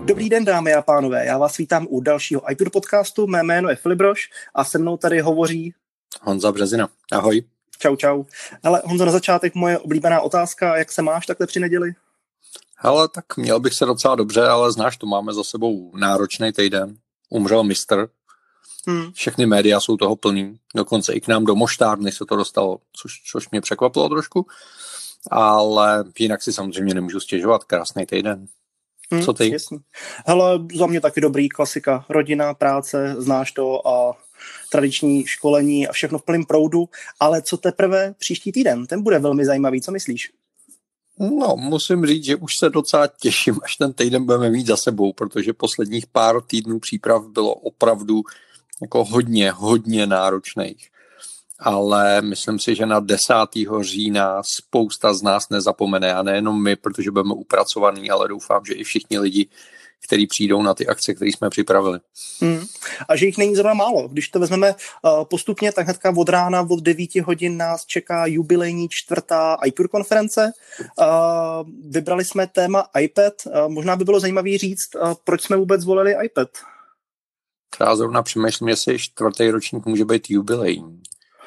Dobrý den, dámy a pánové, já vás vítám u dalšího iPod podcastu, mé jméno je Filip Brož a se mnou tady hovoří Honza Březina. Ahoj. Čau. Hele, Honzo, na začátek moje oblíbená otázka, jak se máš takhle při neděli? Hele, tak měl bych se docela dobře, ale znáš, to máme za sebou náročný týden. Umřel mistr. Všechny média jsou toho plný. Dokonce i k nám do moštárny se to dostalo, což mě překvapilo trošku. Ale jinak si samozřejmě nemůžu stěžovat. Krásný týden. Co ty? Jasný. Hele, za mě taky dobrý, klasika. Rodina, práce, znáš to a tradiční školení a všechno v plném proudu. Ale co teprve příští týden? Ten bude velmi zajímavý, co myslíš? No, musím říct, že už se docela těším, až ten týden budeme mít za sebou, protože posledních pár týdnů příprav bylo opravdu jako hodně náročných. Ale myslím si, že na 10. října spousta z nás nezapomene a nejenom my, protože budeme upracovaný, ale doufám, že i všichni lidi, kteří přijdou na ty akce, které jsme připravili. A že jich není zrovna málo. Když to vezmeme postupně, tak hnedka od rána od 9 hodin nás čeká jubilejní 4. iPure konference. Vybrali jsme téma iPad. Možná by bylo zajímavé říct, proč jsme vůbec zvolili iPad. Já zrovna přemýšlím, jestli 4. ročník může být jubilejní.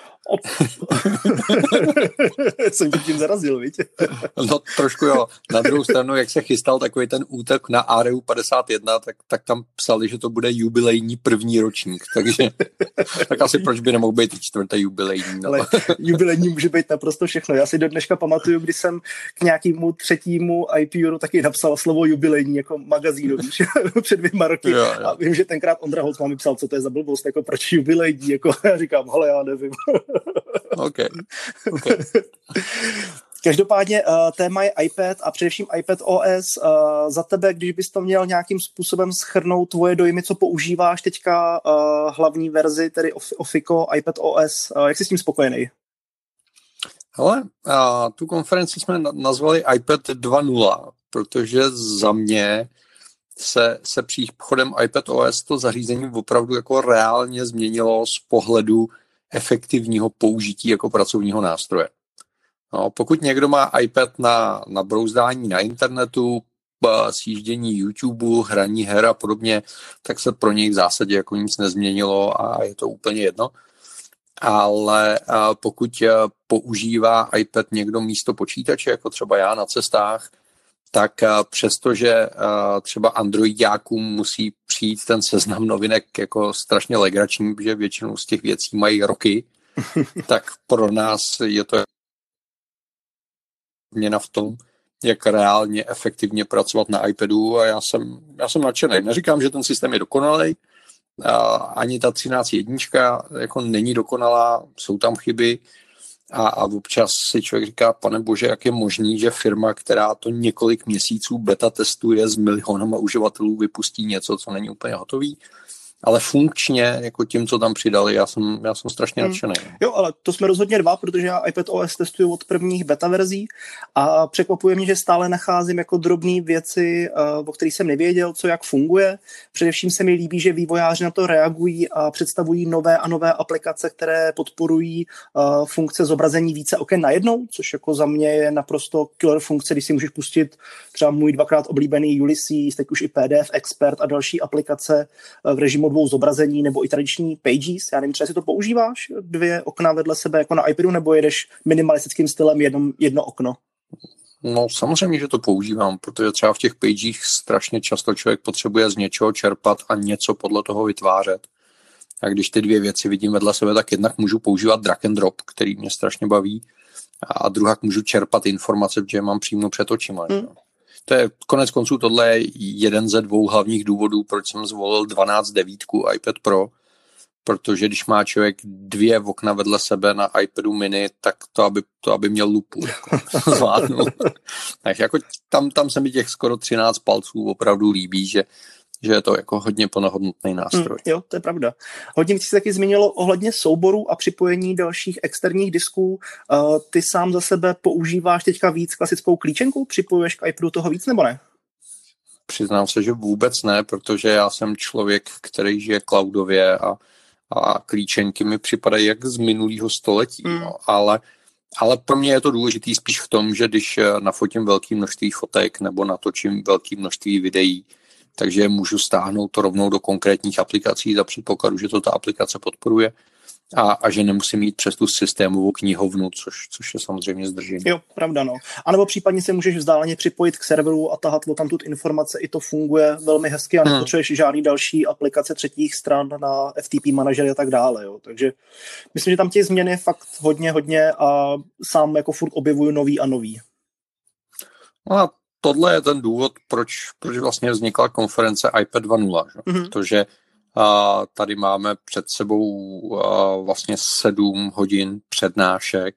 Jsem tě tím zarazil, viď? No trošku jo. Na druhou stranu, jak se chystal takový ten útok na Areu 51, tak tam psali, že to bude jubilejní 1. ročník. Takže tak asi proč by nemohl být i 4. jubilejní. No. Ale jubilejní může být naprosto všechno. Já si do dneška pamatuju, když jsem k nějakému 3. iPuru taky napsal slovo jubilejní jako magazínu před 2 roky. Jo. A vím, že tenkrát Ondra Holcman mi psal, co to je za blbost, jako proč jubilejní. Jako, já říkám, hele, já nevím. Okay. Každopádně téma je iPad a především iPad OS. Za tebe, když bys to měl nějakým způsobem shrnout tvoje dojmy, co používáš teďka hlavní verzi, tedy Offico, iPad OS, jak jsi s tím spokojený? Hele, tu konferenci jsme nazvali iPad 2.0, protože za mě se příchodem iPad OS to zařízení opravdu jako reálně změnilo z pohledu efektivního použití jako pracovního nástroje. No, pokud někdo má iPad na brouzdání na internetu, sjíždění YouTube, hraní her a podobně, tak se pro něj v zásadě jako nic nezměnilo a je to úplně jedno. Ale pokud používá iPad někdo místo počítače, jako třeba já na cestách, tak přestože třeba androidiákům musí přijít ten seznam novinek jako strašně legrační, protože většinou z těch věcí mají roky, tak pro nás je to změna v tom, jak reálně efektivně pracovat na iPadu a já jsem nadšený. Neříkám, že ten systém je dokonalý, ani ta 13.1 jako není dokonalá, jsou tam chyby, a občas si člověk říká, pane bože, jak je možný, že firma, která to několik měsíců beta testuje s milionama uživatelů, vypustí něco, co není úplně hotový. Ale funkčně, jako tím, co tam přidali, já jsem strašně nadšený. Jo, ale to jsme rozhodně 2, protože já iPad OS testuju od prvních beta verzí a překvapuje mě, že stále nacházím jako drobné věci, o kterých jsem nevěděl, co jak funguje. Především se mi líbí, že vývojáři na to reagují a představují nové a nové aplikace, které podporují funkce zobrazení více oken najednou, což jako za mě je naprosto killer funkce, když si můžeš pustit třeba můj 2x oblíbený Ulysses, teď už i PDF Expert a další aplikace v režimu 2 zobrazení nebo i tradiční Pages. Já nevím, třeba si to používáš, 2 okna vedle sebe jako na iPadu, nebo jedeš minimalistickým stylem jedno okno? No samozřejmě, že to používám, protože třeba v těch Pagech strašně často člověk potřebuje z něčeho čerpat a něco podle toho vytvářet. A když ty 2 věci vidím vedle sebe, tak jednak můžu používat drag and drop, který mě strašně baví, a druhak můžu čerpat informace, protože mám přímo před očima. To je konec konců, tohle je jeden ze 2 hlavních důvodů, proč jsem zvolil 12.9 iPad Pro, protože když má člověk 2 okna vedle sebe na iPadu mini, tak to, aby měl lupu, jako, zvládnu. Tak jako tam se mi těch skoro 13 palců opravdu líbí, že je to jako hodně plnohodnotný nástroj. Jo, to je pravda. Hodně věcí se taky změnilo ohledně souborů a připojení dalších externích disků. Ty sám za sebe používáš teďka víc klasickou klíčenku? Připojuješ k iPadu toho víc nebo ne? Přiznám se, že vůbec ne, protože já jsem člověk, který žije cloudově a klíčenky mi připadají jak z minulého století. No. Ale pro mě je to důležitý spíš v tom, že když nafotím velké množství fotek nebo natočím velké množství videí, takže můžu stáhnout to rovnou do konkrétních aplikací za předpokladu, že to ta aplikace podporuje a že nemusím jít přes tu systémovou knihovnu, což je samozřejmě zdržení. Jo, pravda, no. A nebo případně se můžeš vzdáleně připojit k serveru a tahat tamtud informace, i to funguje velmi hezky a nepotřebuješ žádný další aplikace třetích stran na FTP manažery a tak dále, jo. Takže myslím, že tam těch změn je fakt hodně a sám jako furt objevuju nový a nový. No a tohle je ten důvod, proč vlastně vznikla konference iPad 2.0, protože tady máme před sebou vlastně 7 hodin přednášek,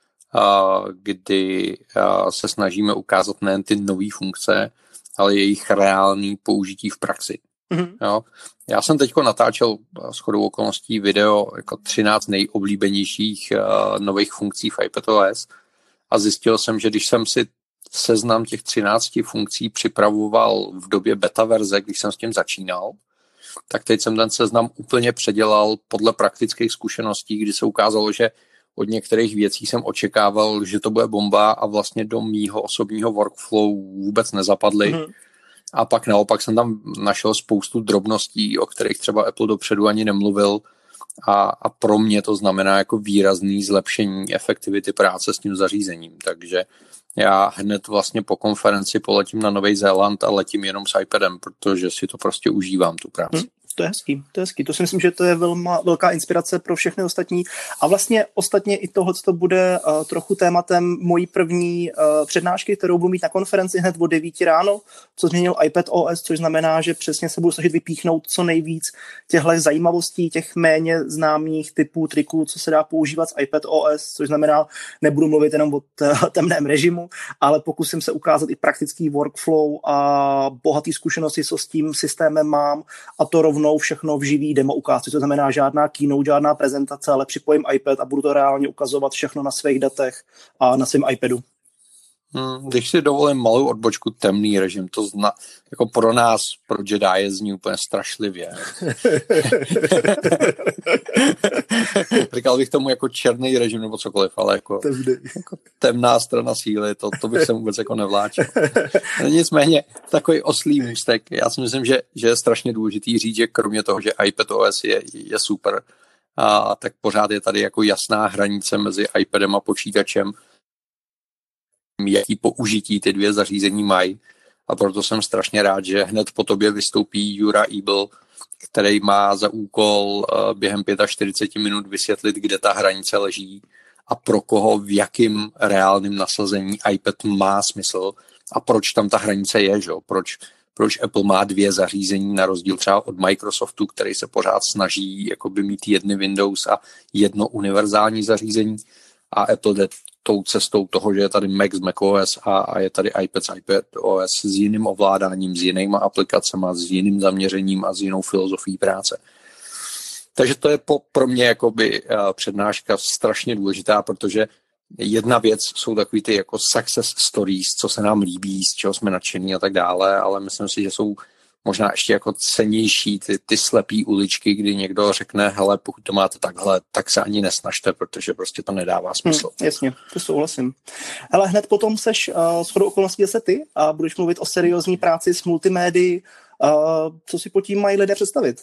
kdy se snažíme ukázat nejen ty nové funkce, ale jejich reálný použití v praxi. Jo? Já jsem teďko natáčel shodou okolností video jako 13 nejoblíbenějších nových funkcí v iPadOS a zjistil jsem, že když jsem si seznam těch 13 funkcí připravoval v době beta verze, když jsem s tím začínal, tak teď jsem ten seznam úplně předělal podle praktických zkušeností, kdy se ukázalo, že od některých věcí jsem očekával, že to bude bomba a vlastně do mýho osobního workflow vůbec nezapadly. A pak naopak jsem tam našel spoustu drobností, o kterých třeba Apple dopředu ani nemluvil a pro mě to znamená jako výrazný zlepšení efektivity práce s tím zařízením. Takže já hned vlastně po konferenci poletím na Nový Zéland a letím jenom s iPadem, protože si to prostě užívám, tu práci. To je hezký. To si myslím, že to je velká inspirace pro všechny ostatní. A vlastně ostatně i tohle to bude trochu tématem mojí první přednášky, kterou budu mít na konferenci hned o 9 ráno, co změnil iPadOS, což znamená, že přesně se budu snažit vypíchnout co nejvíc těchto zajímavostí, těch méně známých typů triků, co se dá používat s iPadOS, což znamená, nebudu mluvit jenom o temném režimu, ale pokusím se ukázat i praktický workflow a bohatý zkušenosti, co s tím systémem mám, a to rovnou všechno v živý demo ukázce. To znamená žádná keynote, žádná prezentace, ale připojím iPad a budu to reálně ukazovat všechno na svých datech a na svém iPadu. Když si dovolím malou odbočku, temný režim, to jako pro nás, pro Jedi, zní úplně strašlivě. Říkal bych tomu jako černý režim nebo cokoliv, ale jako temná strana síly, to bych se vůbec jako nevláčil. Nicméně takový oslý můstek, já si myslím, že je strašně důležitý říct, že kromě toho, že iPadOS je super, tak pořád je tady jako jasná hranice mezi iPadem a počítačem, jaký použití ty dvě zařízení mají. A proto jsem strašně rád, že hned po tobě vystoupí Jura Ebel, který má za úkol během 45 minut vysvětlit, kde ta hranice leží a pro koho v jakým reálným nasazení iPad má smysl a proč tam ta hranice je, že? Proč Apple má 2 zařízení na rozdíl třeba od Microsoftu, který se pořád snaží jakoby mít jedny Windows a jedno univerzální zařízení, a Apple jde tou cestou toho, že je tady Mac z macOS a je tady iPad z iPadOS s jiným ovládáním, s jinýma aplikacemi, s jiným zaměřením a s jinou filozofií práce. Takže to je pro mě jakoby přednáška strašně důležitá, protože jedna věc jsou takový ty jako success stories, co se nám líbí, z čeho jsme nadšení a tak dále, ale myslím si, že jsou možná ještě jako cennější ty slepý uličky, kdy někdo řekne, hele, pokud to máte takhle, tak se ani nesnažte, protože prostě to nedává smysl. Jasně, to souhlasím. Hele, hned potom seš shodou okolností zase ty a budeš mluvit o seriózní práci s multimédií. Co si pod tím mají lidé představit?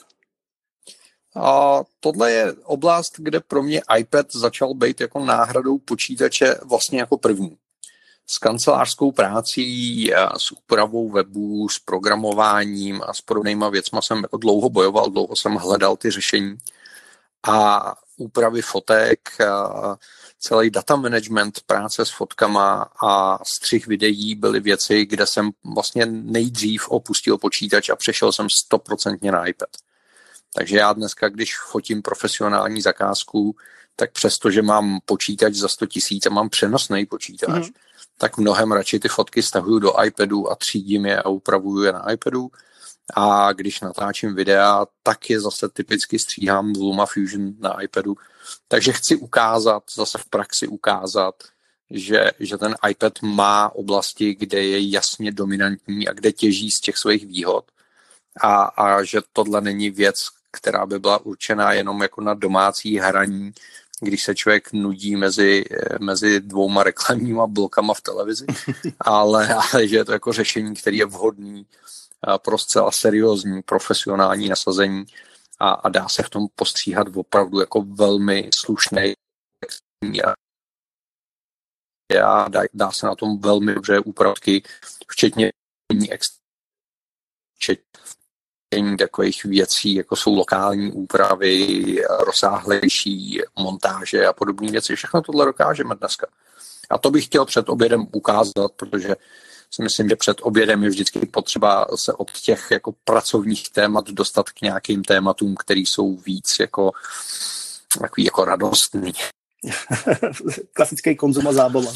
Tohle je oblast, kde pro mě iPad začal být jako náhradou počítače vlastně jako první. S kancelářskou prácí, s úpravou webu, s programováním a s podobnýma věcma jsem jako dlouho bojoval, dlouho jsem hledal ty řešení. A úpravy fotek, celý data management, práce s fotkama a střih videí byly věci, kde jsem vlastně nejdřív opustil počítač a přešel jsem 100% na iPad. Takže já dneska, když fotím profesionální zakázku, tak přesto, že mám počítač za 100 000 a mám přenosný počítač, tak mnohem radši ty fotky stahuju do iPadu a třídím je a upravuju je na iPadu. A když natáčím videa, tak je zase typicky stříhám v LumaFusion na iPadu. Takže chci ukázat, zase v praxi ukázat, že ten iPad má oblasti, kde je jasně dominantní a kde těží z těch svých výhod. A že tohle není věc, která by byla určená jenom jako na domácí hraní když se člověk nudí mezi dvouma reklamníma blokama v televizi, ale že je to jako řešení, který je vhodný pro zcela seriózní profesionální nasazení a dá se v tom postříhat opravdu jako velmi slušný a dá se na tom velmi dobře úpravky, včetně takových věcí, jako jsou lokální úpravy, rozsáhlejší montáže a podobné věci. Všechno tohle dokážeme dneska. A to bych chtěl před obědem ukázat, protože si myslím, že před obědem je vždycky potřeba se od těch jako pracovních témat dostat k nějakým tématům, které jsou víc jako takový jako radostný. Klasický konzum a zábava.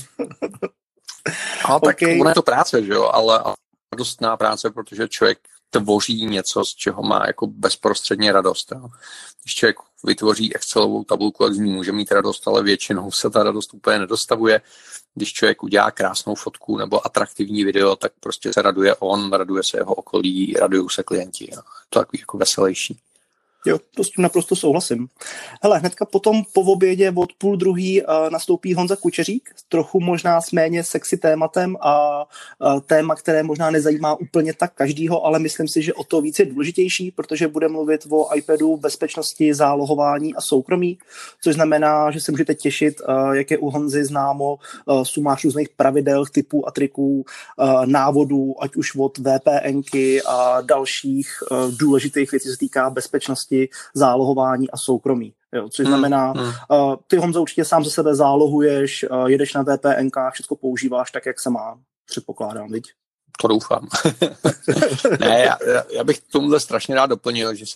A tak ona je to práce, že jo, ale radostná práce, protože člověk tvoří něco, z čeho má jako bezprostředně radost. Jo. Když člověk vytvoří Excelovou tabulku, tak z ní může mít radost, ale většinou se ta radost úplně nedostavuje. Když člověk udělá krásnou fotku nebo atraktivní video, tak prostě se raduje on, raduje se jeho okolí, radují se klienti. Jo. To je takový jako veselější. Jo, to s tím naprosto souhlasím. Hele, hnedka potom po obědě od 12:30 nastoupí Honza Kučeřík, trochu možná s méně sexy tématem a téma, které možná nezajímá úplně tak každýho, ale myslím si, že o to víc je důležitější, protože bude mluvit o iPadu, bezpečnosti, zálohování a soukromí, což znamená, že se můžete těšit, jak je u Honzy známo, sumář různých pravidel, typů a triků, návodů, ať už od VPNky a dalších důležitých věcí, co se týká bezpečnosti, zálohování a soukromí. Jo, což znamená, ty, Honzo, určitě sám ze sebe zálohuješ, jedeš na VPNkách, všechno používáš tak, jak se má, předpokládám, viď? To doufám. Ne, já bych tomuhle strašně rád doplnil, že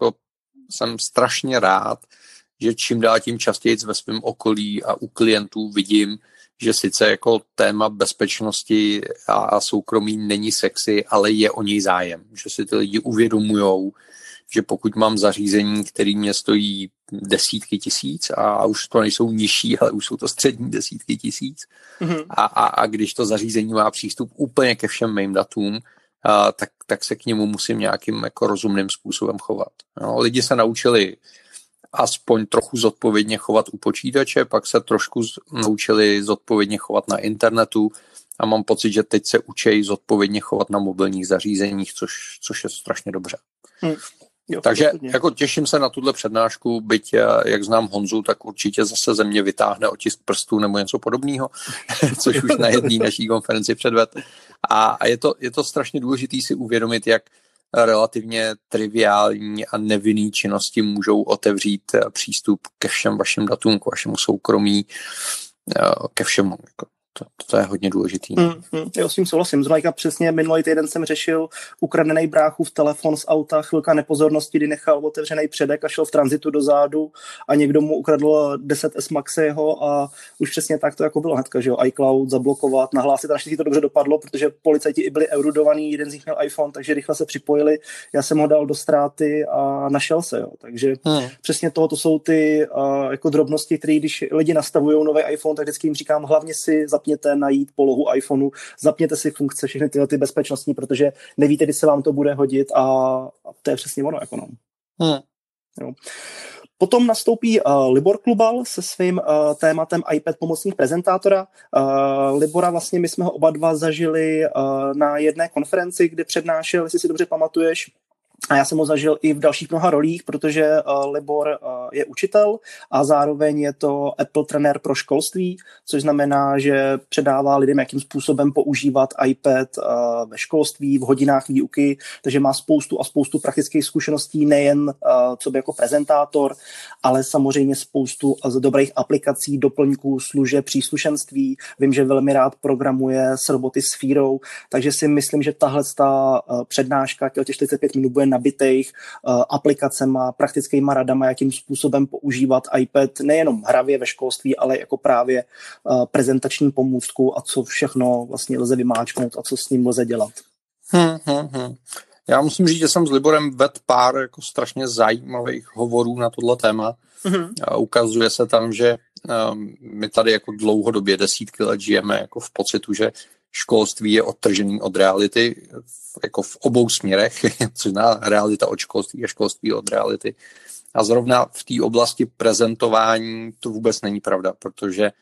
jsem strašně rád, že čím dál tím častěji ve svém okolí a u klientů vidím, že sice jako téma bezpečnosti a soukromí není sexy, ale je o něj zájem. Že si ty lidi uvědomujou, že pokud mám zařízení, které mě stojí desítky tisíc a už to nejsou nižší, ale už jsou to střední desítky tisíc a když to zařízení má přístup úplně ke všem mým datům, tak se k němu musím nějakým jako rozumným způsobem chovat. No, lidi se naučili aspoň trochu zodpovědně chovat u počítače, pak se trošku naučili zodpovědně chovat na internetu a mám pocit, že teď se učí zodpovědně chovat na mobilních zařízeních, což je strašně dobře. Jo, takže jako těším se na tuhle přednášku, byť jak znám Honzu, tak určitě zase ze mě vytáhne otisk prstů nebo něco podobného, což už na jedné naší konferenci předved. A je to strašně důležitý si uvědomit, jak relativně triviální a nevinný činnosti můžou otevřít přístup ke všem vašim datům, k vašemu soukromí, ke všemu. To je hodně důležitý. Já s tím souhlasím. Zrovna přesně minulý týden jsem řešil ukradený bráchův telefon z auta, chvilka nepozornosti, kdy nechal otevřený předek a šel v tranzitu dozadu a někdo mu ukradl 10S Maxého a už přesně tak to jako bylo hnedka, že jo, iCloud zablokovat, nahlásit, naštěstí to dobře dopadlo, protože policajti i byli erudovaní, jeden z nich měl iPhone, takže rychle se připojili, já jsem ho dal do ztráty a našel se, jo. Takže přesně to jsou ty jako drobnosti, které když lidi nastavují nový iPhone, tak vždycky jim říkám, hlavně si zapněte najít polohu iPhoneu, zapněte si funkce, všechny ty bezpečnostní, protože nevíte, kdy se vám to bude hodit a to je přesně ono. Jako no. Jo. Potom nastoupí Libor Klubal se svým tématem iPad pomocník prezentátora. Libora vlastně my jsme ho oba dva zažili na jedné konferenci, kde přednášel, jestli si dobře pamatuješ, a já jsem ho zažil i v dalších mnoha rolích, protože Libor je učitel a zároveň je to Apple trenér pro školství, což znamená, že předává lidem, jakým způsobem používat iPad ve školství, v hodinách výuky, takže má spoustu praktických zkušeností, nejen co by jako prezentátor, ale samozřejmě spoustu dobrých aplikací, doplňků, služeb, příslušenství. Vím, že velmi rád programuje s roboty Sphero, takže si myslím, že tahle přednáška těch 45 minut bude nabitých aplikacema, praktickýma radama, jakým způsobem používat iPad nejenom hravě ve školství, ale jako právě prezentační pomůcku a co všechno vlastně lze vymáčknout a co s ním lze dělat. Já musím říct, že jsem s Liborem vedl pár jako strašně zajímavých hovorů na tohle téma. A ukazuje se tam, že my tady jako dlouhodobě desítky let žijeme jako v pocitu, že školství je odtržený od reality jako v obou směrech, což znamená realita od školství a školství od reality. A zrovna v té oblasti prezentování to vůbec není pravda, protože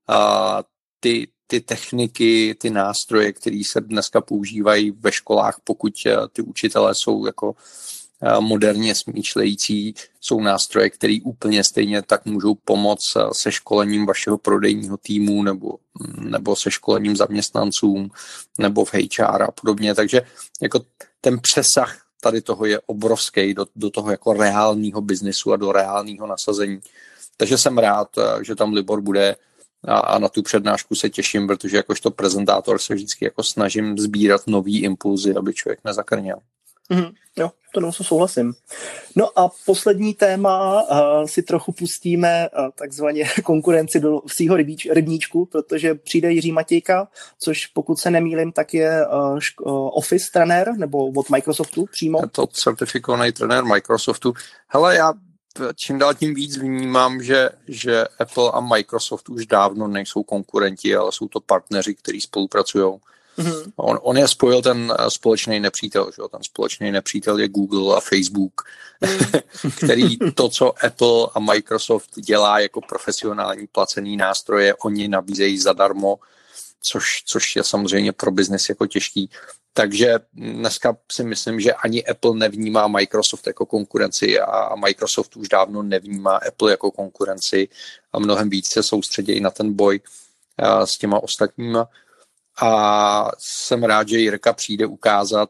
ty techniky, ty nástroje, které se dneska používají ve školách, pokud ty učitelé jsou jako moderně smýšlející, jsou nástroje, které úplně stejně tak můžou pomoct se školením vašeho prodejního týmu nebo se školením zaměstnancům nebo v HR a podobně. Takže jako ten přesah tady toho je obrovský do toho jako reálného biznesu a do reálného nasazení. Takže jsem rád, že tam Libor bude a na tu přednášku se těším, protože jakožto prezentátor se vždycky jako snažím sbírat nový impulzy, aby člověk nezakrněl. Jo, to souhlasím. No a poslední téma si trochu pustíme takzvaně konkurenci do svýho rybníčku, protože přijde Jiří Matějka, což pokud se nemýlim, tak je Office trenér, nebo od Microsoftu přímo. Je to certifikovaný trenér Microsoftu. Hele, já čím dál tím víc vnímám, že Apple a Microsoft už dávno nejsou konkurenti, ale jsou to partneři, kteří spolupracují. Mm-hmm. On je spojil ten společný nepřítel, že? Ten společný nepřítel je Google a Facebook, který to, co Apple a Microsoft dělá jako profesionální placený nástroje, oni nabízejí zadarmo, což je samozřejmě pro biznes jako těžký. Takže dneska si myslím, že ani Apple nevnímá Microsoft jako konkurenci a Microsoft už dávno nevnímá Apple jako konkurenci a mnohem víc se soustředí na ten boj s těma ostatníma. A jsem rád, že Jirka přijde ukázat,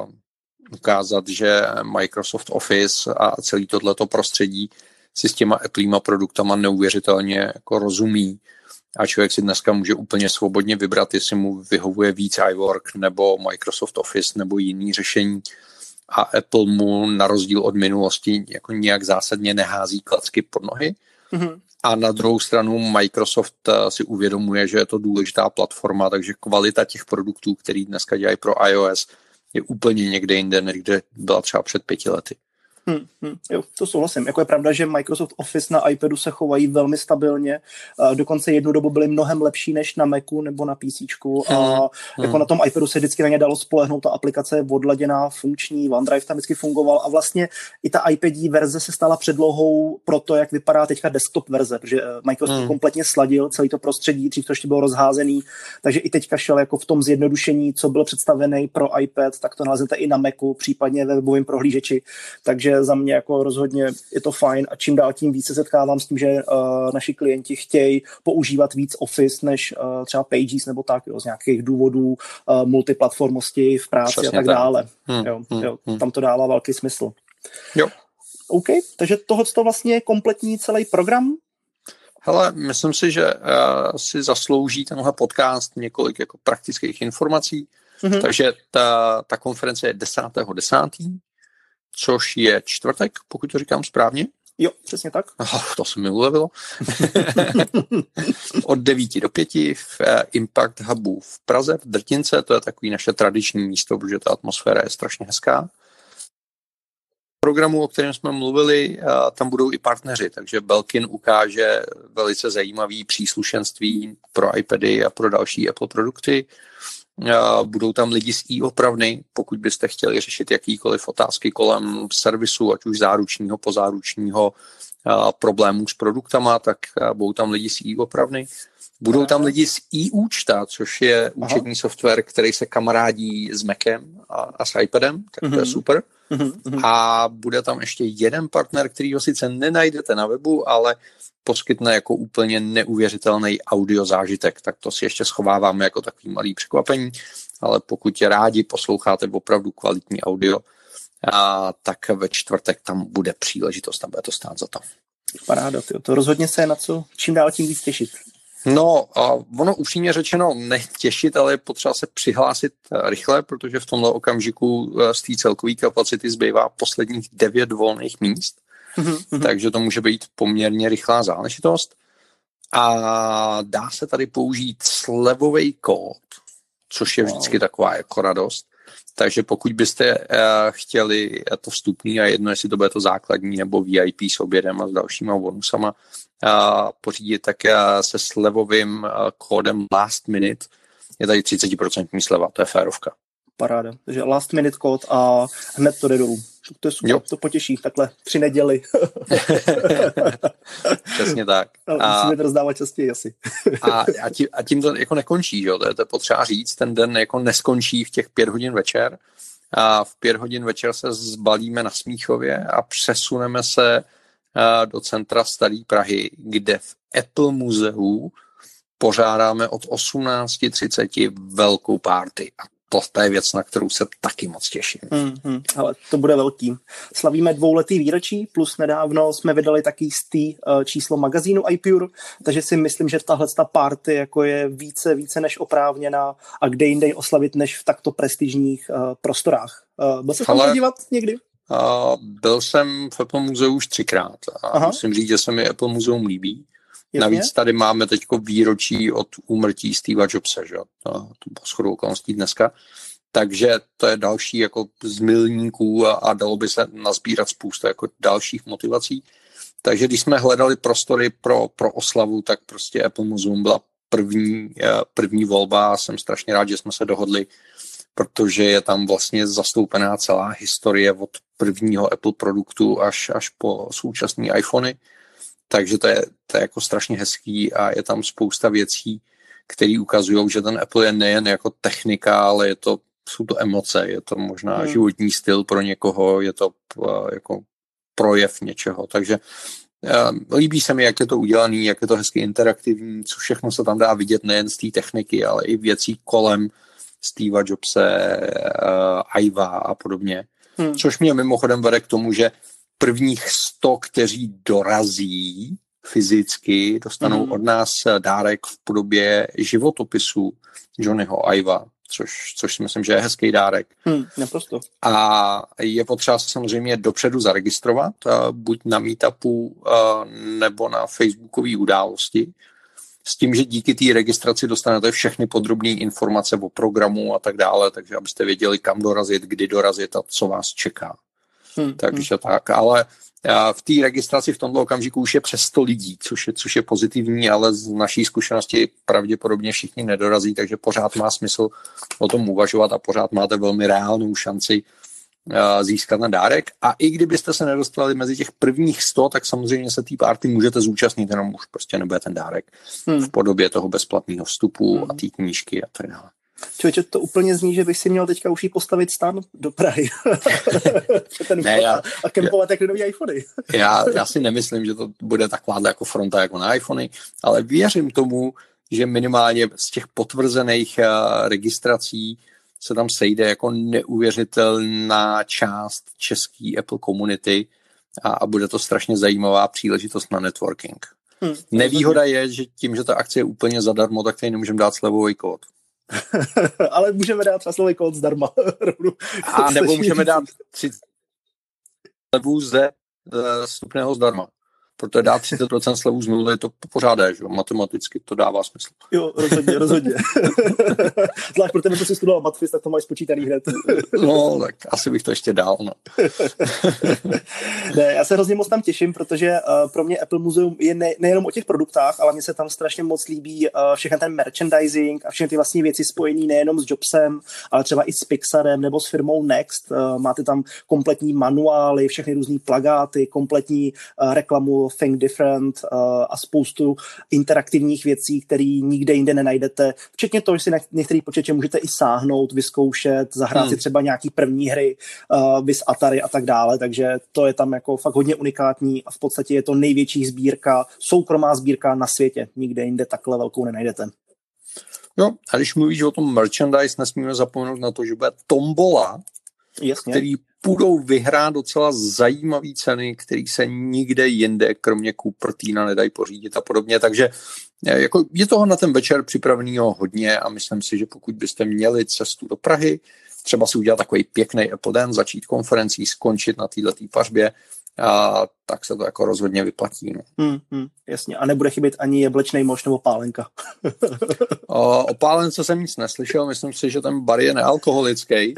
že Microsoft Office a celý tohleto prostředí si s těma Applema produktama neuvěřitelně jako rozumí. A člověk si dneska může úplně svobodně vybrat, jestli mu vyhovuje víc iWork nebo Microsoft Office nebo jiný řešení. A Apple mu na rozdíl od minulosti jako nějak zásadně nehází klacky pod nohy. Mm-hmm. A na druhou stranu Microsoft si uvědomuje, že je to důležitá platforma, takže kvalita těch produktů, který dneska dělají pro iOS, je úplně někde jinde, než kde byla třeba před 5 lety. Jo, to souhlasím. Jako je pravda, že Microsoft Office na iPadu se chovají velmi stabilně. Dokonce jednu dobu byly mnohem lepší než na Macu nebo na PCčku. A jako na tom iPadu se vždycky na ně dalo spolehnout. Ta aplikace je odladěná, funkční, OneDrive tam vždycky fungoval a vlastně i ta iPadí verze se stala předlohou pro to, jak vypadá teďka desktop verze, protože Microsoft kompletně sladil celý to prostředí, dřív to ještě bylo rozházený, takže i teďka šel jako v tom zjednodušení, co bylo představený pro iPad, tak to naleznete i na Macu, případně ve webovém prohlížeči. Takže za mě jako rozhodně je to fajn a čím dál tím víc se setkávám s tím, že naši klienti chtějí používat víc Office než třeba Pages nebo tak, jo, z nějakých důvodů multiplatformosti v práci přesně a tak dále. Tam to dává velký smysl. Jo. OK, takže tohle vlastně je kompletní celý program? Hele, myslím si, že si zaslouží tenhle podcast několik jako praktických informací. Takže ta konference je 10.10., což je čtvrtek, pokud to říkám správně. Jo, přesně tak. To se mi ulevilo. Od 9 do 5 v Impact Hubu v Praze, v Drtince, to je takový naše tradiční místo, protože ta atmosféra je strašně hezká. Programu, o kterém jsme mluvili, tam budou i partneři, takže Belkin ukáže velice zajímavý příslušenství pro iPady a pro další Apple produkty. Budou tam lidi z e-opravny, pokud byste chtěli řešit jakýkoliv otázky kolem servisu, ať už záručního, pozáručního, problémů s produktama, tak budou tam lidi z e-opravny. Budou tam lidi z e-účta, což je účetní software, který se kamarádí s Macem a s iPadem, tak to je super. A bude tam ještě jeden partner, kterýho sice nenajdete na webu, ale poskytne jako úplně neuvěřitelný audio zážitek, tak to si ještě schováváme jako takový malý překvapení, ale pokud rádi posloucháte opravdu kvalitní audio, tak ve čtvrtek tam bude příležitost a bude to stát za to. Paráda, to rozhodně se je na co čím dál tím víc těšit. No, a ono upřímně řečeno netěšit, ale je potřeba se přihlásit rychle, protože v tomhle okamžiku z té celkové kapacity zbývá posledních 9 volných míst, takže to může být poměrně rychlá záležitost. A dá se tady použít slevový kód, což je vždycky taková jako radost. Takže pokud byste chtěli to vstupní a jedno, jestli to bude to základní nebo VIP s obědem a s dalšíma bonusama pořídit, tak se slevovým kódem Last Minute je tady 30% sleva, to je férovka. Paráda. Takže last minute kód a hned to jde dolů. To je super, jo. To potěší, takhle 3 neděli. Přesně tak. Musíme to rozdávat častěji asi. a tím to jako nekončí, že? To je potřeba říct, ten den jako neskončí v těch 5 hodin večer. A v 5 hodin večer se zbalíme na Smíchově a přesuneme se do centra Staré Prahy, kde v Apple muzeu pořádáme od 18:30 velkou party. A to je věc, na kterou se taky moc těším. Ale to bude velký. Slavíme 2letý výročí, plus nedávno jsme vydali taky jistý číslo magazínu iPure, takže si myslím, že tahle party jako je více než oprávněná a kde jinde oslavit, než v takto prestižních prostorách. Byl se tam podívat někdy? Byl jsem v Apple muzeu už 3krát a musím říct, že se mi Apple muzeum líbí. Jasně. Navíc tady máme teďko výročí od úmrtí Steva Jobse, že? To bylo shodou okolností dneska. Takže to je další jako z milníků a dalo by se nazbírat spoustu jako dalších motivací. Takže když jsme hledali prostory pro oslavu, tak prostě Apple Museum byla první volba a jsem strašně rád, že jsme se dohodli, protože je tam vlastně zastoupená celá historie od prvního Apple produktu až po současné iPhony. Takže to je jako strašně hezký a je tam spousta věcí, které ukazují, že ten Apple je nejen jako technika, ale jsou to emoce, je to možná životní styl pro někoho, je to jako projev něčeho. Takže líbí se mi, jak je to udělaný, jak je to hezky interaktivní, co všechno se tam dá vidět nejen z té techniky, ale i věcí kolem Steva Jobse, Iva a podobně. Což mě mimochodem vede k tomu, že prvních 100, kteří dorazí fyzicky, dostanou od nás dárek v podobě životopisu Johnnyho Iva, což si myslím, že je hezký dárek. Naprosto. A je potřeba se samozřejmě dopředu zaregistrovat, buď na Meetupu nebo na facebookové události, s tím, že díky té registraci dostanete všechny podrobné informace o programu a tak dále, takže abyste věděli, kam dorazit, kdy dorazit a co vás čeká. Takže tak, ale v té registraci v tomto okamžiku už je přes 100 lidí, což je pozitivní, ale z naší zkušenosti pravděpodobně všichni nedorazí, takže pořád má smysl o tom uvažovat a pořád máte velmi reálnou šanci získat na dárek. A i kdybyste se nedostali mezi těch prvních 100, tak samozřejmě se té party můžete zúčastnit, jenom už prostě nebude ten dárek v podobě toho bezplatného vstupu a té knížky a tak dále. Člověče, to úplně zní, že bych si měl teďka už jí postavit stan do Prahy. A kempovat jak nový iPhony. já si nemyslím, že to bude taková jako fronta jako na iPhony, ale věřím tomu, že minimálně z těch potvrzených registrací se tam sejde jako neuvěřitelná část české Apple komunity a bude to strašně zajímavá příležitost na networking. Nevýhoda je, že tím, že ta akce je úplně zadarmo, tak tady nemůžeme dát slevový kód. Ale můžeme dát třeba slevový kód zdarma. A nebo můžeme dát 30 slevů ze vstupného zdarma. Protože dát 30% slevů z nuly, to pořád je, že? Matematicky to dává smysl. Jo, rozhodně. Zvlášť pro tebe, co jsi studoval Matfis, tak to máš spočítaný hned. No, tak asi bych to ještě dál. No. Ne, já se hrozně moc tam těším, protože pro mě Apple Museum je nejenom o těch produktách, ale mně se tam strašně moc líbí všechny ten merchandising a všechny ty vlastní věci spojené nejenom s Jobsem, ale třeba i s Pixarem nebo s firmou Next. Máte tam kompletní manuály, všechny různý plagáty, kompletní reklamu Think Different a spoustu interaktivních věcí, které nikde jinde nenajdete. Včetně toho, že si na některý počítače můžete i sáhnout, vyzkoušet, zahrát si třeba nějaký první hry, vis Atari a tak dále, takže to je tam jako fakt hodně unikátní a v podstatě je to největší sbírka, soukromá sbírka na světě. Nikde jinde takhle velkou nenajdete. Jo, a když mluvíš o tom merchandise, nesmíme zapomenout na to, že bude tombola, který budou vyhrát docela zajímavé ceny, které se nikde jinde, kromě Cupertina, nedají pořídit a podobně. Takže jako je toho na ten večer připraveného hodně a myslím si, že pokud byste měli cestu do Prahy, třeba si udělat takový pěkný Apple Den, začít konferencí, skončit na této pařbě, tak se to jako rozhodně vyplatí. No. Jasně, a nebude chybět ani jablečnej moš nebo pálenka. O pálence jsem nic neslyšel, myslím si, že ten bar je nealkoholický,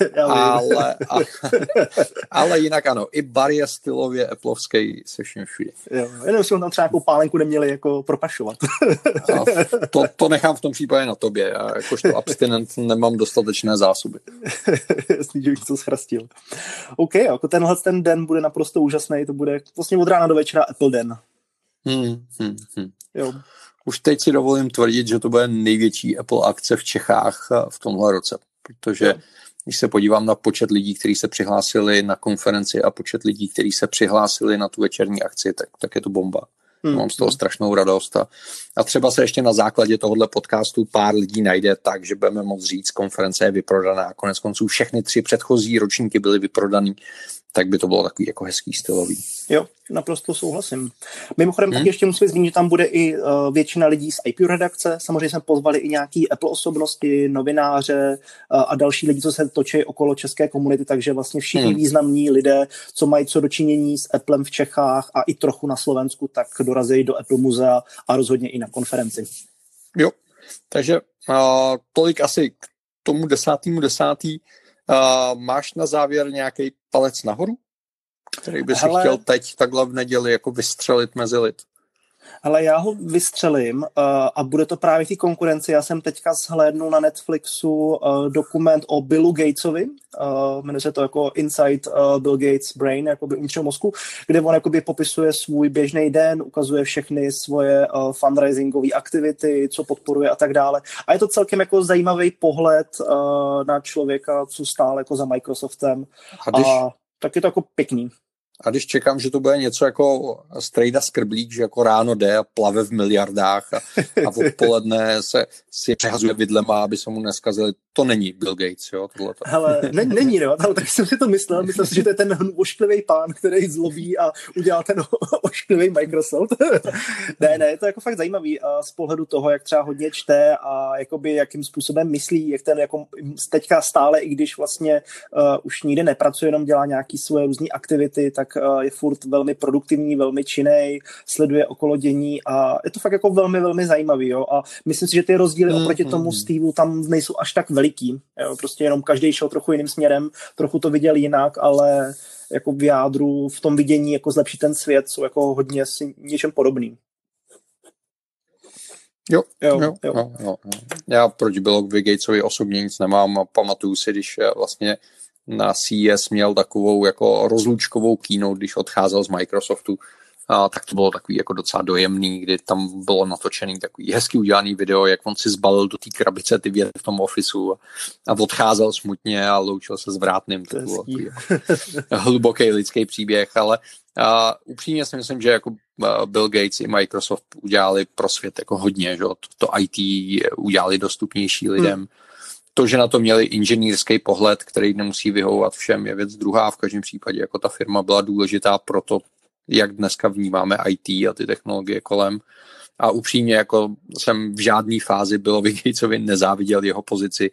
ale jinak ano, i bar je stylově applovský se vším všude. Jenom si tam třeba nějakou pálenku neměli jako propašovat. To nechám v tom případě na tobě, já jakožto abstinent nemám dostatečné zásoby. Jasný, že bych to schrastil. OK, jako ten den bude naprosto úžasný, to bude vlastně od rána do večera Apple den. Jo. Už teď si dovolím tvrdit, že to bude největší Apple akce v Čechách v tomhle roce, protože když se podívám na počet lidí, kteří se přihlásili na konferenci a počet lidí, kteří se přihlásili na tu večerní akci, tak je to bomba. Mám z toho strašnou radost a třeba se ještě na základě tohohle podcastu pár lidí najde tak, že budeme moct říct, konference je vyprodaná. Konec konců všechny 3 předchozí ročníky byly vyprodaný, tak by to bylo takový jako hezký stylový. Jo, naprosto souhlasím. Mimochodem taky ještě musím zmínit, že tam bude i většina lidí z IPU redakce. Samozřejmě jsme pozvali i nějaký Apple osobnosti, novináře a další lidi, co se točí okolo české komunity, takže vlastně všichni významní lidé, co mají co dočinění s Applem v Čechách a i trochu na Slovensku, tak dorazí do Apple muzea a rozhodně i na konferenci. Jo, takže tolik asi k tomu 10.10. Máš na závěr nějaký palec nahoru, který by si chtěl teď takhle v neděli jako vystřelit mezi lid? Ale já ho vystřelím a bude to právě v té konkurenci. Já jsem teďka zhlédnul na Netflixu dokument o Billu Gatesovi, jmenuje se to jako Inside Bill Gates Brain, jakoby uvnitř mozku, kde on jakoby popisuje svůj běžný den, ukazuje všechny svoje fundraisingové aktivity, co podporuje a tak dále. A je to celkem jako zajímavý pohled na člověka, co stál jako za Microsoftem. A tak je to jako pěkný. A když čekám, že to bude něco jako Strejda Skrblík, že jako ráno jde a plave v miliardách a odpoledne si přehazuje vidlema, aby se mu neskazili, to není Bill Gates, jo? Tohleto. Hele, není, no, ale tak jsem si to myslel si, že to je ten ošklivý pán, který zlobí a udělal ten ošklivý Microsoft. ne, to je jako fakt zajímavý z pohledu toho, jak třeba hodně čte a jakoby jakým způsobem myslí, jak ten jako teďka stále, i když vlastně už nikde nepracuje, jenom dělá nějaký svoje různé aktivity, tak je furt velmi produktivní, velmi činnej, sleduje okolo dění a je to fakt jako velmi, velmi zajímavý, jo, a myslím si, že ty rozdíly oproti tomu Steveu tam nejsou až tak veliký, jo, prostě jenom každý šel trochu jiným směrem, trochu to viděl jinak, ale jako v jádru, v tom vidění, jako zlepšit ten svět, jsou jako hodně si něčem podobný. Jo. Já proti Billovi Gatesovi osobně nic nemám a pamatuju si, když vlastně na CES měl takovou jako rozlučkovou keynote, když odcházel z Microsoftu, tak to bylo takový jako docela dojemný, kdy tam bylo natočený takový hezky udělaný video, jak on si zbalil do té krabice ty věci v tom ofisu a odcházel smutně a loučil se s vrátným. To bylo takový jako hluboký lidský příběh, ale upřímně si myslím, že jako Bill Gates i Microsoft udělali pro svět jako hodně, že to IT udělali dostupnější lidem. To, že na to měli inženýrský pohled, který nemusí vyhovovat všem, je věc druhá. V každém případě jako ta firma byla důležitá pro to, jak dneska vnímáme IT a ty technologie kolem. A upřímně jako jsem v žádné fázi Billovi Gatesovi nezáviděl jeho pozici,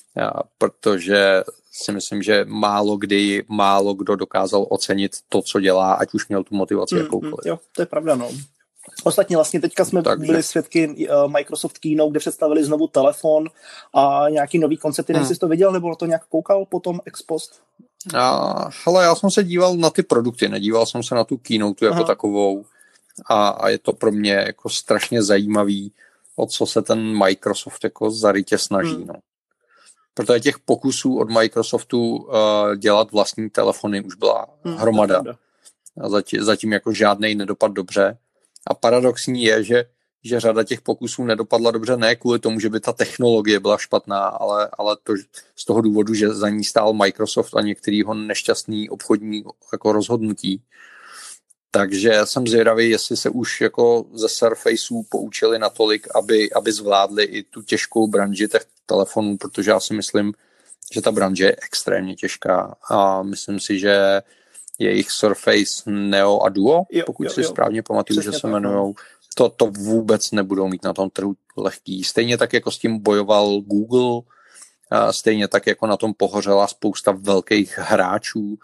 protože si myslím, že málo kdo dokázal ocenit to, co dělá, ať už měl tu motivaci jakoukoliv. Jo, to je pravda, no. Ostatně vlastně teďka jsme byli svědky Microsoft Keynote, kde představili znovu telefon a nějaký nový koncepty. Nejsi to viděl, nebo na to nějak koukal potom ex post? Hele, já jsem se díval na ty produkty, nedíval jsem se na tu Keynote jako takovou a je to pro mě jako strašně zajímavý, o co se ten Microsoft jako zarytě snaží. No. Protože těch pokusů od Microsoftu dělat vlastní telefony už byla hromada. A zatím jako žádnej nedopad dobře. A paradoxní je, že řada těch pokusů nedopadla dobře ne kvůli tomu, že by ta technologie byla špatná, ale to z toho důvodu, že za ní stál Microsoft a některýho nešťastný obchodní jako rozhodnutí. Takže jsem zvědavý, jestli se už jako ze Surfaceů poučili natolik, aby zvládli i tu těžkou branži těch telefonů, protože já si myslím, že ta branže je extrémně těžká a myslím si, že jejich Surface Neo a Duo, pokud si správně pamatuju, že se jmenujou, to vůbec nebudou mít na tom trhu lehký. Stejně tak, jako s tím bojoval Google, stejně tak, jako na tom pohořela spousta velkých hráčů,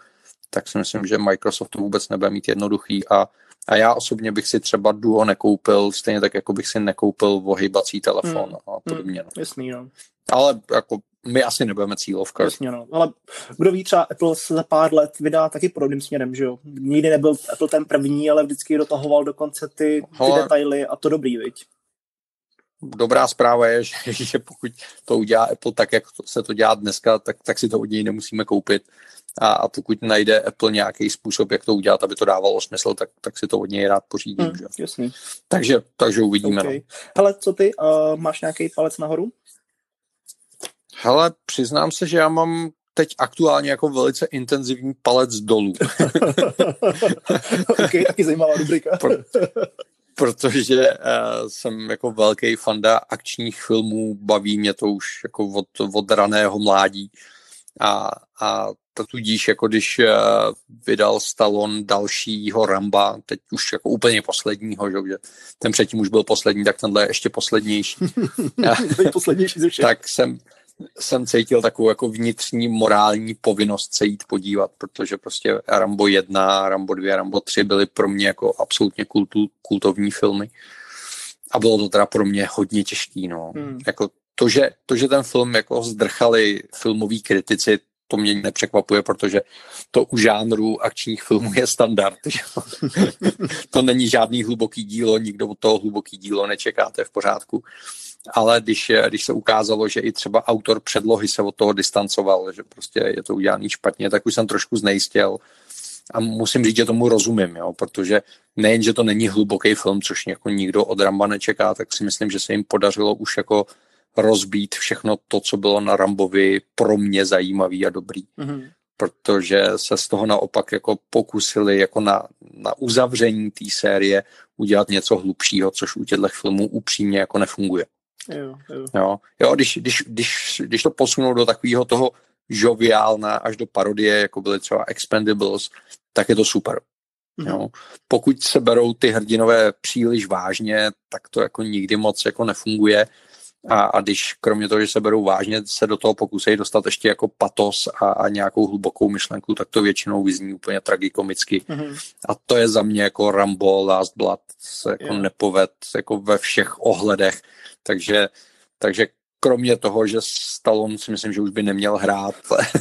tak si myslím, že Microsoft to vůbec nebude mít jednoduchý a já osobně bych si třeba Duo nekoupil, stejně tak, jako bych si nekoupil ohybací telefon a podobně. No. Jasný, no. Ale jako my asi nebudeme cílovka. Jasně, no. Ale kdo ví, třeba Apple se za pár let vydá taky podobným směrem, že jo? Nikdy nebyl Apple ten první, ale vždycky dotahoval dokonce ty detaily a to dobrý, viď? Dobrá zpráva je, že pokud to udělá Apple tak, jak se to dělá dneska, tak si to od něj nemusíme koupit. A pokud najde Apple nějaký způsob, jak to udělat, aby to dávalo smysl, tak si to od něj rád pořídím. Jasný. Takže uvidíme. Okay. Hele, co ty? Máš nějaký palec nahoru? Hele, přiznám se, že já mám teď aktuálně jako velice intenzivní palec dolů. Ok, taky zajímavá rubrika. Protože jsem jako velký fanda akčních filmů, baví mě to už jako od raného mládí a to tudíž, jako když vydal Stallone dalšího Ramba, teď už jako úplně posledního, že ten předtím už byl poslední, tak tenhle je ještě poslednější. Poslednější ze všech. Tak jsem cítil takovou jako vnitřní morální povinnost se jít podívat, protože prostě Rambo 1, Rambo 2, Rambo 3 byly pro mě jako absolutně kultovní filmy. A bylo to teda pro mě hodně těžký, no. Jako to, že ten film jako zdrchali filmoví kritici, to mě nepřekvapuje, protože to u žánru akčních filmů je standard. To není žádný hluboký dílo, nikdo od toho hluboký dílo nečeká, to je v pořádku. Ale když se ukázalo, že i třeba autor předlohy se od toho distancoval, že prostě je to udělaný špatně, tak už jsem trošku znejistěl. A musím říct, že tomu rozumím, jo, protože nejen, že to není hluboký film, což jako nikdo od Ramba nečeká, tak si myslím, že se jim podařilo už jako rozbít všechno to, co bylo na Rambovi pro mě zajímavý a dobrý. Protože se z toho naopak jako pokusili jako na uzavření té série udělat něco hlubšího, což u těchto filmů upřímně jako nefunguje. Jo, když to posunou do takového toho žoviálna až do parodie, jako byly třeba Expendables, tak je to super. Jo. Pokud se berou ty hrdinové příliš vážně, tak to jako nikdy moc jako nefunguje. A když kromě toho, že se berou vážně, se do toho pokusejí dostat ještě jako patos a nějakou hlubokou myšlenku, tak to většinou vyzní úplně tragikomicky. A to je za mě jako Rambo, Last Blood se jako nepoved jako ve všech ohledech. Takže kromě toho, že Stallone si myslím, že už by neměl hrát,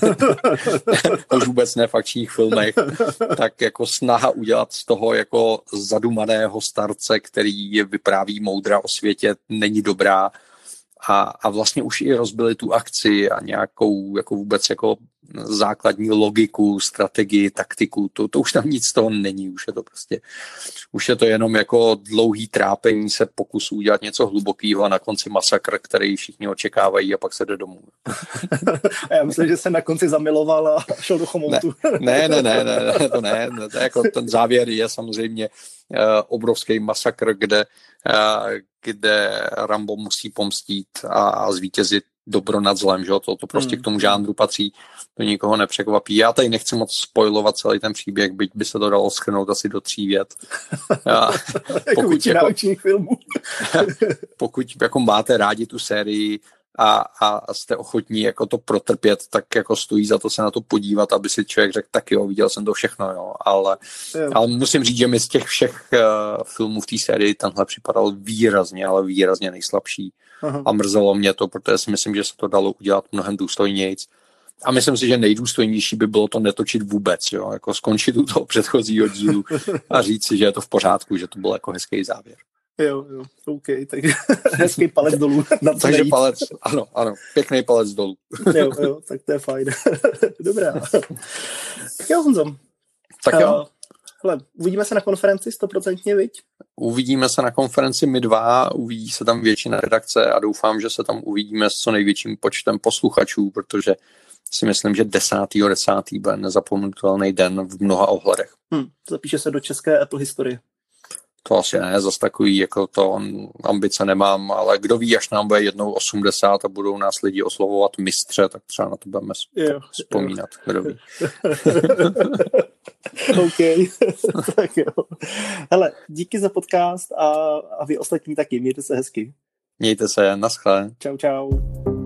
už vůbec ne v akčních filmech, tak jako snaha udělat z toho jako zadumaného starce, který vypráví moudra o světě, není dobrá. A vlastně už i rozbili tu akci a nějakou jako vůbec jako základní logiku, strategii, taktiku, to už tam nic z toho není, už je to jenom jako dlouhý trápení se pokusu udělat něco hlubokého a na konci masakr, který všichni očekávají a pak se jde domů. A já myslím, že se na konci zamiloval a šel do chomoutu. Ne, to ne. Jako ten závěr je samozřejmě obrovský masakr, kde Rambo musí pomstít a zvítězit dobro nad zlem, že? To prostě k tomu žánru patří, to nikoho nepřekvapí. Já tady nechci moc spoilovat celý ten příběh, byť by se to dalo shrnout asi do 3 vět. Pokud jako máte rádi tu sérii a jste ochotní jako to protrpět, tak jako stojí za to se na to podívat, aby si člověk řekl, tak jo, viděl jsem to všechno, jo. Ale musím říct, že mi z těch všech filmů v té sérii tenhle připadal výrazně nejslabší. A mrzelo mě to, protože si myslím, že se to dalo udělat mnohem důstojnějc. A myslím si, že nejdůstojnější by bylo to netočit vůbec, jo, jako skončit u toho předchozího dílu a říct si, že je to v pořádku, že to byl jako hezký závěr. Jo, OK, takže hezký palec dolů. Takže palec, ano, pěkný palec dolů. Jo, tak to je fajn. Dobrá. Tak jo, Honzo. Tak jo. Hele, uvidíme se na konferenci 100%, viď? Uvidíme se na konferenci my dva, uvidí se tam většina redakce a doufám, že se tam uvidíme s co největším počtem posluchačů, protože si myslím, že 10.10. bude nezapomenutelný den v mnoha ohledech. Zapíše se do české Apple historie. To asi ne, zas takový jako to ambice nemám, ale kdo ví, až nám bude jednou 80 a budou nás lidi oslovovat mistře, tak třeba na to budeme vzpomínat, kdo ví. OK, tak jo. Hele, díky za podcast a vy ostatní taky, mějte se hezky. Mějte se, naschle. Čau.